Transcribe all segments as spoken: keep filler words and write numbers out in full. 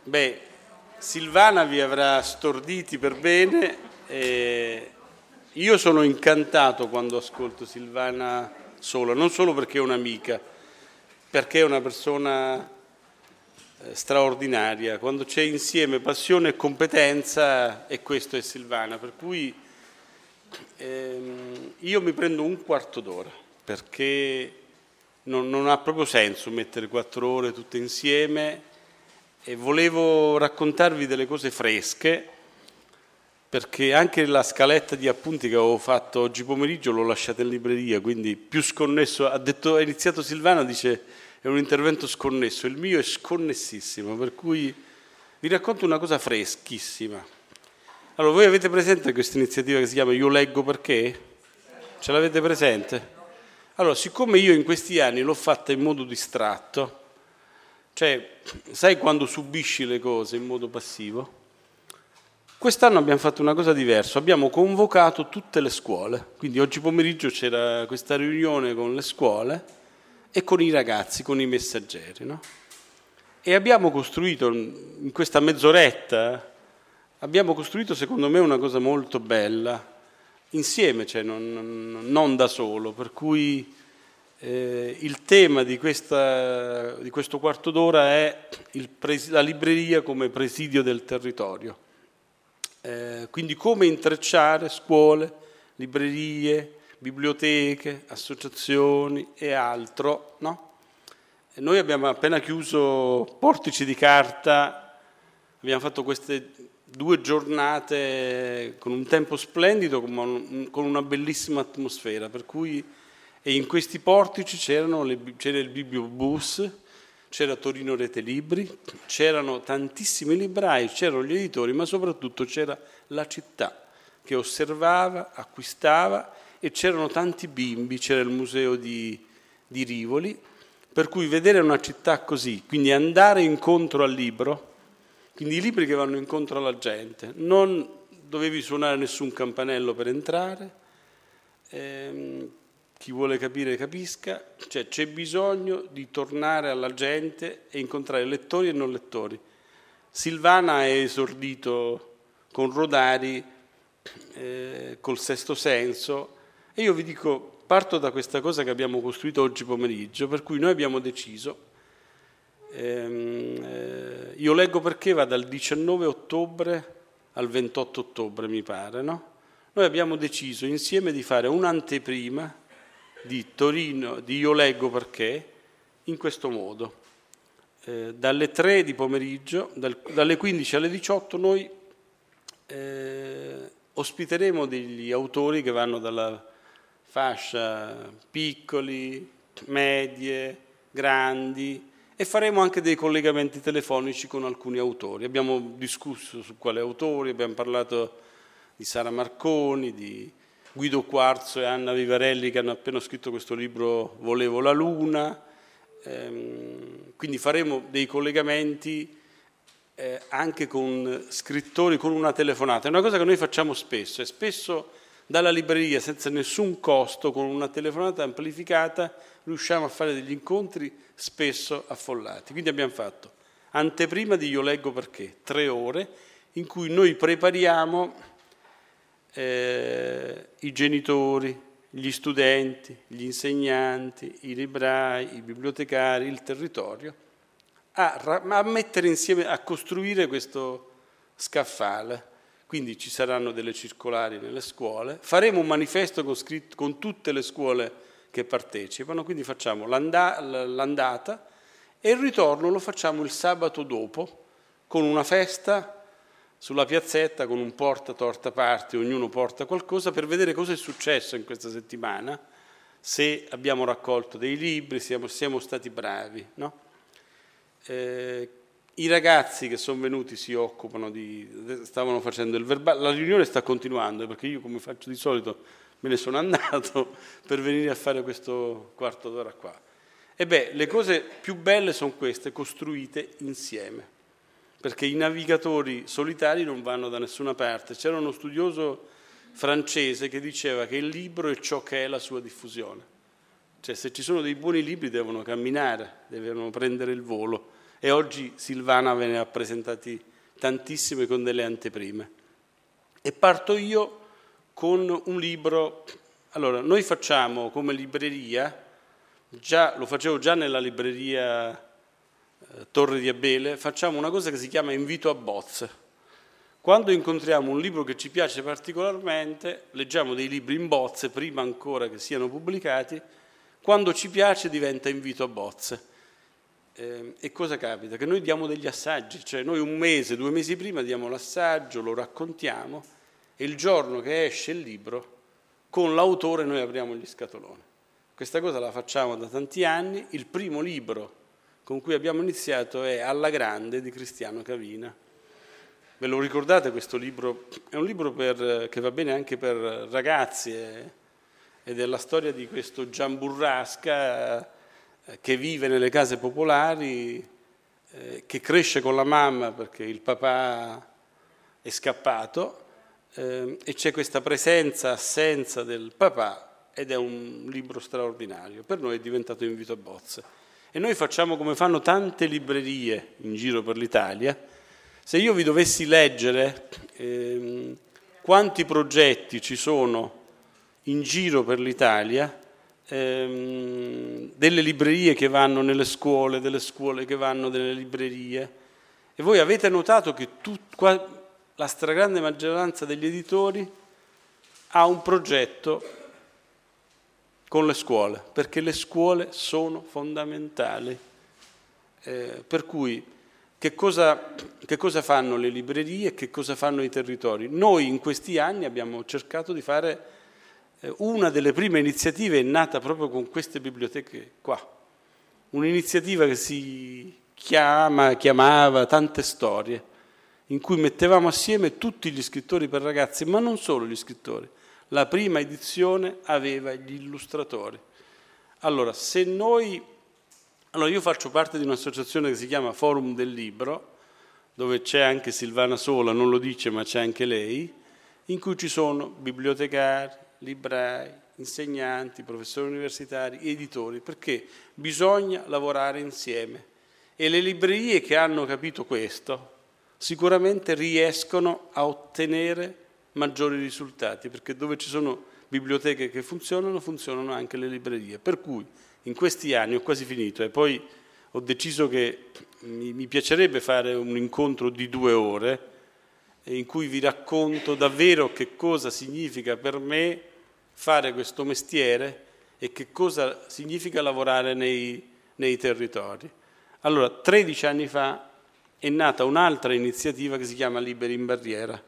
Beh, Silvana vi avrà storditi per bene. E io sono incantato quando ascolto Silvana sola, non solo perché è un'amica, perché è una persona straordinaria. Quando c'è insieme passione e competenza, e questo è Silvana. Per cui ehm, io mi prendo un quarto d'ora, perché non, non ha proprio senso mettere quattro ore tutte insieme. E volevo raccontarvi delle cose fresche, perché anche la scaletta di appunti che avevo fatto oggi pomeriggio l'ho lasciata in libreria, quindi più sconnesso. Ha detto, ha iniziato Silvana, dice è un intervento sconnesso, il mio è sconnessissimo, per cui vi racconto una cosa freschissima. Allora, voi avete presente questa iniziativa che si chiama Io leggo perché? Ce l'avete presente? Allora, siccome io in questi anni l'ho fatta in modo distratto, cioè, sai quando subisci le cose in modo passivo? Quest'anno abbiamo fatto una cosa diversa, abbiamo convocato tutte le scuole, quindi oggi pomeriggio c'era questa riunione con le scuole e con i ragazzi, con i messaggeri, no? E abbiamo costruito, in questa mezz'oretta, abbiamo costruito secondo me una cosa molto bella, insieme, cioè non, non da solo, per cui eh, il tema di, questa, di questo quarto d'ora è il pres- la libreria come presidio del territorio. Eh, quindi come intrecciare scuole, librerie, biblioteche, associazioni e altro, no? E noi abbiamo appena chiuso Portici di Carta, abbiamo fatto queste due giornate con un tempo splendido, con una bellissima atmosfera, per cui e in questi portici c'erano le, c'era il bibliobus, c'era Torino Rete Libri, c'erano tantissimi librai, c'erano gli editori, ma soprattutto c'era la città che osservava, acquistava, e c'erano tanti bimbi, c'era il museo di, di Rivoli, per cui vedere una città così, quindi andare incontro al libro, quindi i libri che vanno incontro alla gente, non dovevi suonare nessun campanello per entrare, ehm, chi vuole capire capisca, cioè c'è bisogno di tornare alla gente e incontrare lettori e non lettori. Silvana è esordito con Rodari, eh, col Sesto Senso, e io vi dico, parto da questa cosa che abbiamo costruito oggi pomeriggio, per cui noi abbiamo deciso, ehm, eh, io leggo perché va dal diciannove ottobre al ventotto ottobre mi pare, no? Noi abbiamo deciso insieme di fare un'anteprima di Torino, di Io leggo perché, in questo modo. Eh, dalle tre di pomeriggio, dal, dalle quindici alle diciotto, noi eh, ospiteremo degli autori che vanno dalla fascia piccoli, medie, grandi, e faremo anche dei collegamenti telefonici con alcuni autori. Abbiamo discusso su quali autori, abbiamo parlato di Sara Marconi, di Guido Quarzo e Anna Vivarelli, che hanno appena scritto questo libro Volevo la luna, ehm, quindi faremo dei collegamenti eh, anche con scrittori, con una telefonata. È una cosa che noi facciamo spesso, e spesso dalla libreria, senza nessun costo, con una telefonata amplificata, riusciamo a fare degli incontri spesso affollati. Quindi abbiamo fatto anteprima di Io leggo perché, tre ore, in cui noi prepariamo Eh, i genitori, gli studenti, gli insegnanti, i librai, i bibliotecari, il territorio, a, a mettere insieme, a costruire questo scaffale. Quindi ci saranno delle circolari nelle scuole, faremo un manifesto con, scritto, con tutte le scuole che partecipano, quindi facciamo l'anda, l'andata e il ritorno lo facciamo il sabato dopo, con una festa sulla piazzetta, con un porta torta party, ognuno porta qualcosa, per vedere cosa è successo in questa settimana, se abbiamo raccolto dei libri, siamo, siamo stati bravi, no? Eh, i ragazzi che sono venuti si occupano di, stavano facendo il verbale, la riunione sta continuando, perché io, come faccio di solito, me ne sono andato per venire a fare questo quarto d'ora qua. E beh, le cose più belle sono queste, costruite insieme, perché i navigatori solitari non vanno da nessuna parte. C'era uno studioso francese che diceva che il libro è ciò che è la sua diffusione. Cioè, se ci sono dei buoni libri devono camminare, devono prendere il volo, e oggi Silvana ve ne ha presentati tantissime con delle anteprime. E parto io con un libro. Allora, noi facciamo come libreria, già, lo facevo già nella libreria eh, Torre di Abele, facciamo una cosa che si chiama invito a bozze. Quando incontriamo un libro che ci piace particolarmente, leggiamo dei libri in bozze, prima ancora che siano pubblicati, quando ci piace diventa invito a bozze. Eh, e cosa capita? Che noi diamo degli assaggi, cioè noi un mese, due mesi prima diamo l'assaggio, lo raccontiamo, e il giorno che esce il libro, con l'autore noi apriamo gli scatoloni. Questa cosa la facciamo da tanti anni. Il primo libro con cui abbiamo iniziato è Alla Grande di Cristiano Cavina. Ve lo ricordate questo libro? È un libro per, che va bene anche per ragazzi, eh, ed è la storia di questo Gian Burrasca eh, che vive nelle case popolari, eh, che cresce con la mamma perché il papà è scappato, eh, e c'è questa presenza-assenza del papà, ed è un libro straordinario. Per noi è diventato invito a bozze. E noi facciamo come fanno tante librerie in giro per l'Italia. Se io vi dovessi leggere ehm, quanti progetti ci sono in giro per l'Italia, ehm, delle librerie che vanno nelle scuole, delle scuole che vanno nelle librerie, e voi avete notato che tut, qua, la stragrande maggioranza degli editori ha un progetto con le scuole, perché le scuole sono fondamentali. Eh, per cui Che cosa, che cosa fanno le librerie, che cosa fanno i territori? Noi in questi anni abbiamo cercato di fare, eh, una delle prime iniziative è nata proprio con queste biblioteche qua, un'iniziativa che si chiama, chiamava Tante Storie, in cui mettevamo assieme tutti gli scrittori per ragazzi, ma non solo gli scrittori. La prima edizione aveva gli illustratori. Allora, se noi... Allora, io faccio parte di un'associazione che si chiama Forum del Libro, dove c'è anche Silvana Sola, non lo dice ma c'è anche lei, in cui ci sono bibliotecari, librai, insegnanti, professori universitari, editori, perché bisogna lavorare insieme. E le librerie che hanno capito questo sicuramente riescono a ottenere maggiori risultati, perché dove ci sono biblioteche che funzionano, funzionano anche le librerie. Per cui in questi anni ho quasi finito e poi ho deciso che mi, mi piacerebbe fare un incontro di due ore in cui vi racconto davvero che cosa significa per me fare questo mestiere e che cosa significa lavorare nei, nei territori. Allora, tredici anni fa è nata un'altra iniziativa che si chiama Liberi in Barriera.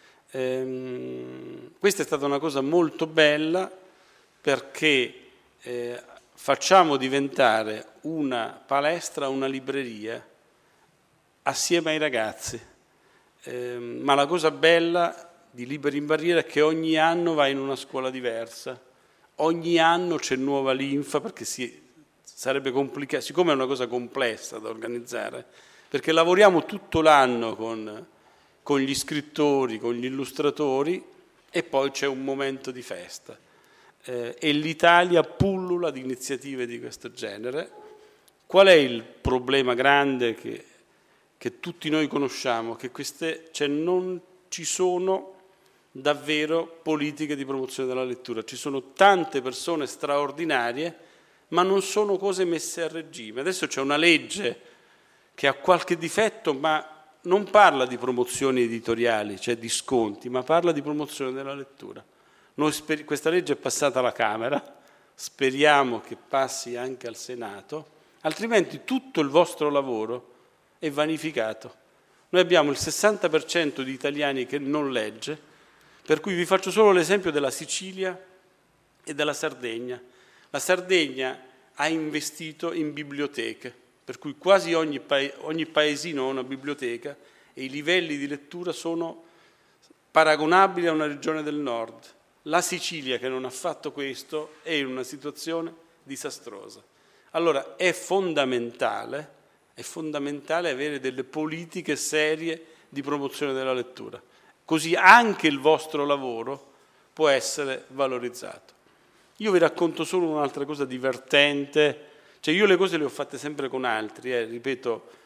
Ehm, questa è stata una cosa molto bella perché eh, facciamo diventare una palestra, una libreria, assieme ai ragazzi. Eh, ma la cosa bella di Liberi in Barriera è che ogni anno va in una scuola diversa, ogni anno c'è nuova linfa, perché si, sarebbe complicato, siccome è una cosa complessa da organizzare, perché lavoriamo tutto l'anno con, con gli scrittori, con gli illustratori, e poi c'è un momento di festa. Eh, e l'Italia pullula di iniziative di questo genere. Qual è il problema grande che, che tutti noi conosciamo? Che queste, cioè non ci sono davvero politiche di promozione della lettura. Ci sono tante persone straordinarie, ma non sono cose messe a regime. Adesso c'è una legge che ha qualche difetto, ma non parla di promozioni editoriali, cioè di sconti, ma parla di promozione della lettura. Noi sper- questa legge è passata alla Camera, speriamo che passi anche al Senato, altrimenti tutto il vostro lavoro è vanificato. Noi abbiamo il sessanta per cento di italiani che non legge, per cui vi faccio solo l'esempio della Sicilia e della Sardegna. La Sardegna ha investito in biblioteche, per cui quasi ogni, pa- ogni paesino ha una biblioteca e i livelli di lettura sono paragonabili a una regione del nord. La Sicilia, che non ha fatto questo, è in una situazione disastrosa. Allora è fondamentale, è fondamentale avere delle politiche serie di promozione della lettura, così anche il vostro lavoro può essere valorizzato. Io vi racconto solo un'altra cosa divertente, cioè io le cose le ho fatte sempre con altri, eh, ripeto,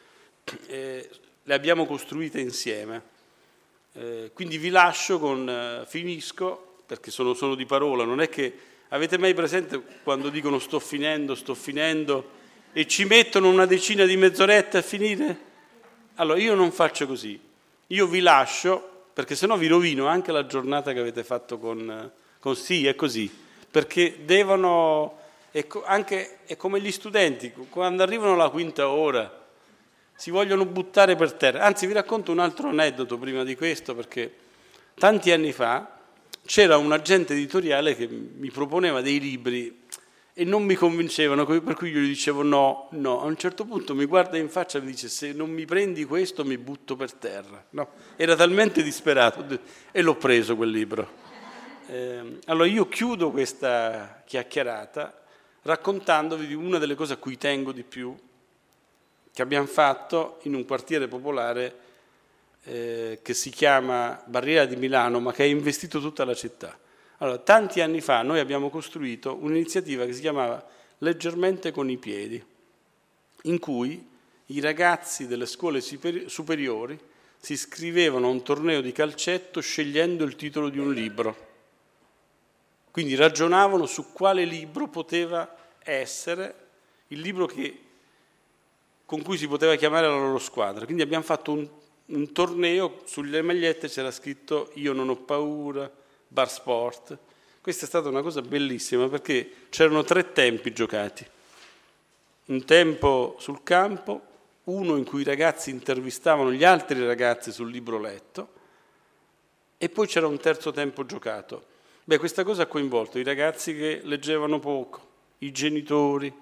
eh, le abbiamo costruite insieme. Eh, quindi vi lascio con, eh, finisco, perché sono, sono di parola, non è che, avete mai presente quando dicono sto finendo, sto finendo, e ci mettono una decina di mezz'orette a finire? Allora io non faccio così, io vi lascio, perché sennò vi rovino anche la giornata che avete fatto con, con sì, è così, perché devono, è, anche, è come gli studenti, quando arrivano alla quinta ora, si vogliono buttare per terra. Anzi, vi racconto un altro aneddoto prima di questo, perché tanti anni fa c'era un agente editoriale che mi proponeva dei libri e non mi convincevano, per cui io gli dicevo no, no. A un certo punto mi guarda in faccia e mi dice: se non mi prendi questo mi butto per terra. No? Era talmente disperato e l'ho preso quel libro. Eh, allora io chiudo questa chiacchierata raccontandovi di una delle cose a cui tengo di più che abbiamo fatto in un quartiere popolare eh, che si chiama Barriera di Milano, ma che ha investito tutta la città. Allora, tanti anni fa noi abbiamo costruito un'iniziativa che si chiamava Leggermente con i piedi, in cui i ragazzi delle scuole superiori si iscrivevano a un torneo di calcetto scegliendo il titolo di un libro. Quindi ragionavano su quale libro poteva essere il libro che, con cui si poteva chiamare la loro squadra. Quindi abbiamo fatto un, un torneo, sulle magliette c'era scritto Io non ho paura, Bar Sport. Questa è stata una cosa bellissima perché c'erano tre tempi giocati. Un tempo sul campo, uno in cui i ragazzi intervistavano gli altri ragazzi sul libro letto e poi c'era un terzo tempo giocato. Beh, questa cosa ha coinvolto i ragazzi che leggevano poco, i genitori,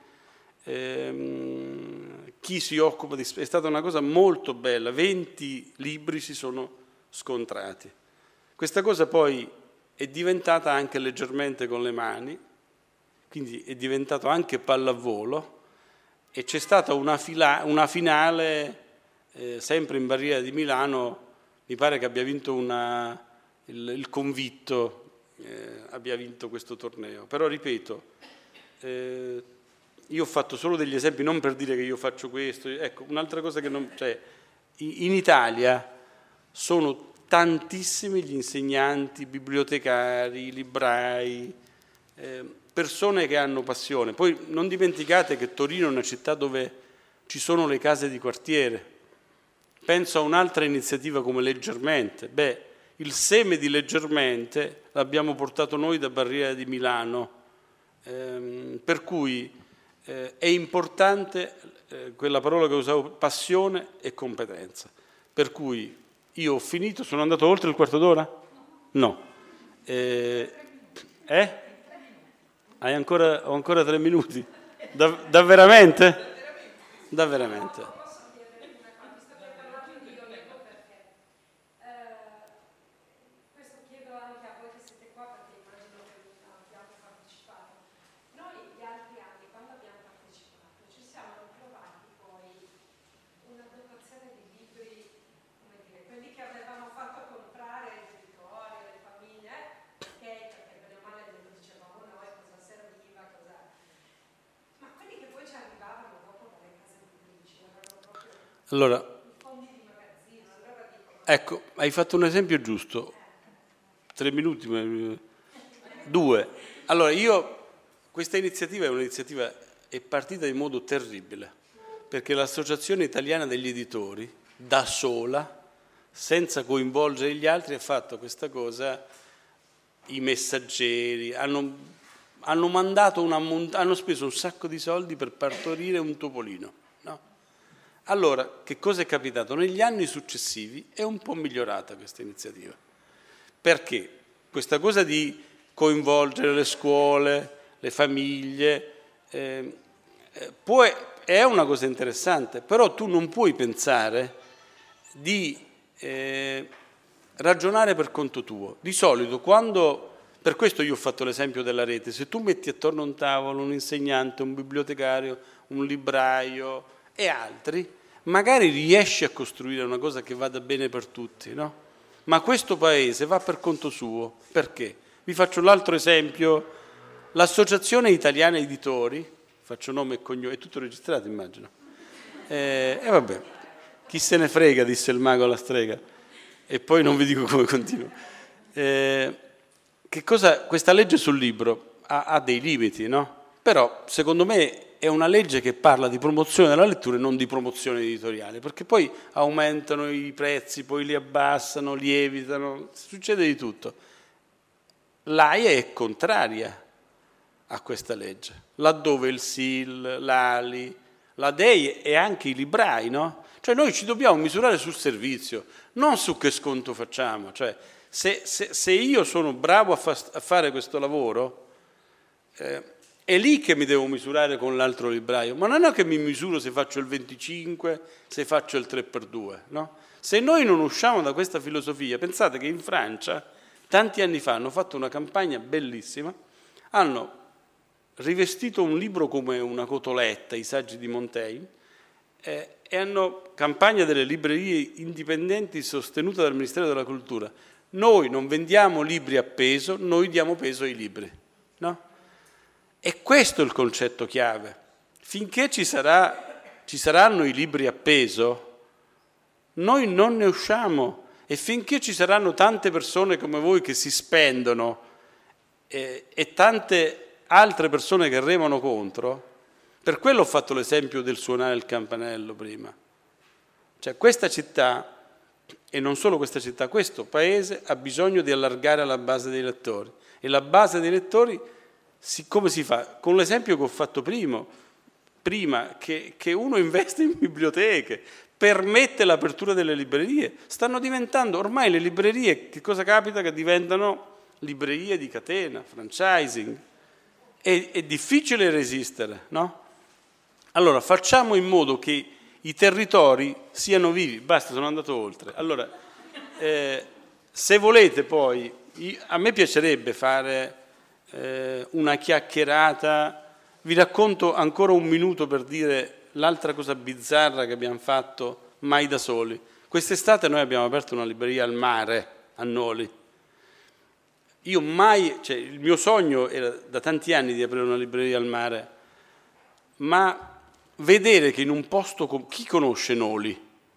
ehm, chi si occupa di... È stata una cosa molto bella, venti libri si sono scontrati. Questa cosa poi è diventata anche Leggermente con le mani, quindi è diventato anche pallavolo e c'è stata una, fila, una finale eh, sempre in Barriera di Milano, mi pare che abbia vinto una, il, il Convitto, eh, abbia vinto questo torneo. Però ripeto, eh, io ho fatto solo degli esempi, non per dire che io faccio questo. Ecco, un'altra cosa che non... Cioè, in Italia sono tantissimi gli insegnanti, bibliotecari, librai, eh, persone che hanno passione. Poi non dimenticate che Torino è una città dove ci sono le case di quartiere. Penso a un'altra iniziativa come Leggermente. Beh, il seme di Leggermente l'abbiamo portato noi da Barriera di Milano, ehm, per cui eh, è importante eh, quella parola che usavo, passione e competenza. Per cui io ho finito, sono andato oltre il quarto d'ora? No. Eh? eh? Hai ancora, ho ancora tre minuti? Da, da veramente? Da veramente. Allora, ecco, hai fatto un esempio giusto. Tre minuti, ma... due. Allora, io, questa iniziativa è un'iniziativa, è partita in modo terribile, perché l'Associazione Italiana degli Editori, da sola, senza coinvolgere gli altri, ha fatto questa cosa, i messaggeri, hanno, hanno mandato una mont- hanno speso un sacco di soldi per partorire un topolino. Allora, che cosa è capitato? Negli anni successivi è un po' migliorata questa iniziativa. Perché? Questa cosa di coinvolgere le scuole, le famiglie, eh, può, è una cosa interessante, però tu non puoi pensare di eh, ragionare per conto tuo. Di solito, quando... Per questo io ho fatto l'esempio della rete. Se tu metti attorno a un tavolo un insegnante, un bibliotecario, un libraio e altri, magari riesci a costruire una cosa che vada bene per tutti, no? Ma questo paese va per conto suo. Perché? Vi faccio l'altro esempio. L'Associazione Italiana Editori, faccio nome e cognome, è tutto registrato immagino, e eh, eh, vabbè, Chi se ne frega, disse il mago alla strega. E poi non vi dico come continua. Eh, che cosa, questa legge sul libro ha, ha dei limiti, no? Però, secondo me, è una legge che parla di promozione della lettura e non di promozione editoriale, perché poi aumentano i prezzi, poi li abbassano, lievitano, succede di tutto. L'A I è contraria a questa legge, laddove il S I L, l'A L I, la D E I e anche i librai, no? Cioè noi ci dobbiamo misurare sul servizio, non su che sconto facciamo. Cioè, se, se, se io sono bravo a, fa, a fare questo lavoro, eh, è lì che mi devo misurare con l'altro libraio, ma non è che mi misuro se faccio il venticinque, se faccio il tre per due, no? Se noi non usciamo da questa filosofia, pensate che in Francia, tanti anni fa, hanno fatto una campagna bellissima, hanno rivestito un libro come una cotoletta, i saggi di Montaigne, eh, e hanno campagna delle librerie indipendenti sostenuta dal Ministero della Cultura. Noi non vendiamo libri a peso, noi diamo peso ai libri, no? E questo è il concetto chiave. Finché ci, sarà, ci saranno i libri a peso, noi non ne usciamo. E finché ci saranno tante persone come voi che si spendono eh, e tante altre persone che remano contro, per quello ho fatto l'esempio del suonare il campanello prima. Cioè questa città, e non solo questa città, questo paese ha bisogno di allargare la base dei lettori. E la base dei lettori, come si fa? Con l'esempio che ho fatto prima, prima che, che uno investe in biblioteche, permette l'apertura delle librerie. Stanno diventando, ormai le librerie, che cosa capita? Che diventano librerie di catena, franchising. È, è difficile resistere, no? Allora facciamo in modo che i territori siano vivi. Basta, sono andato oltre. Allora, eh, se volete poi, io, a me piacerebbe fare eh, una chiacchierata. Vi racconto ancora un minuto per dire l'altra cosa bizzarra che abbiamo fatto mai da soli. Quest'estate noi abbiamo aperto una libreria al mare, a Noli. Io mai, cioè il mio sogno era da tanti anni di aprire una libreria al mare, ma vedere che in un posto, chi conosce Noli?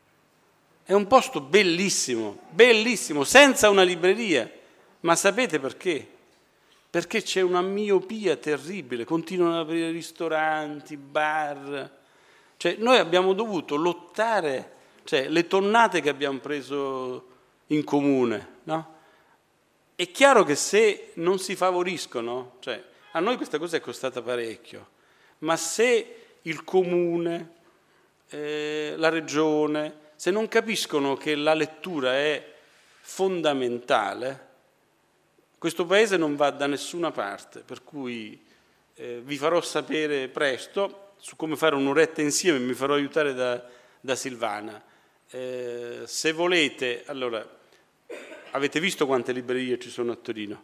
È un posto bellissimo, bellissimo, senza una libreria. Ma sapete perché? Perché c'è una miopia terribile, continuano ad aprire ristoranti, bar. Cioè noi abbiamo dovuto lottare, cioè le tonnate che abbiamo preso in comune, no? È chiaro che se non si favoriscono, cioè a noi questa cosa è costata parecchio, ma se il comune, eh, la regione, se non capiscono che la lettura è fondamentale, questo paese non va da nessuna parte, per cui eh, vi farò sapere presto su come fare un'oretta insieme, mi farò aiutare da, da Silvana. Eh, se volete, allora, avete visto quante librerie ci sono a Torino?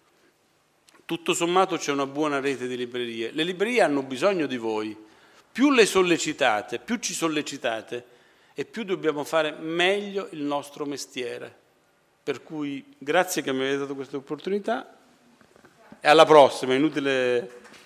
Tutto sommato c'è una buona rete di librerie. Le librerie hanno bisogno di voi. Più le sollecitate, più ci sollecitate e più dobbiamo fare meglio il nostro mestiere. Per cui grazie che mi avete dato questa opportunità e alla prossima, è inutile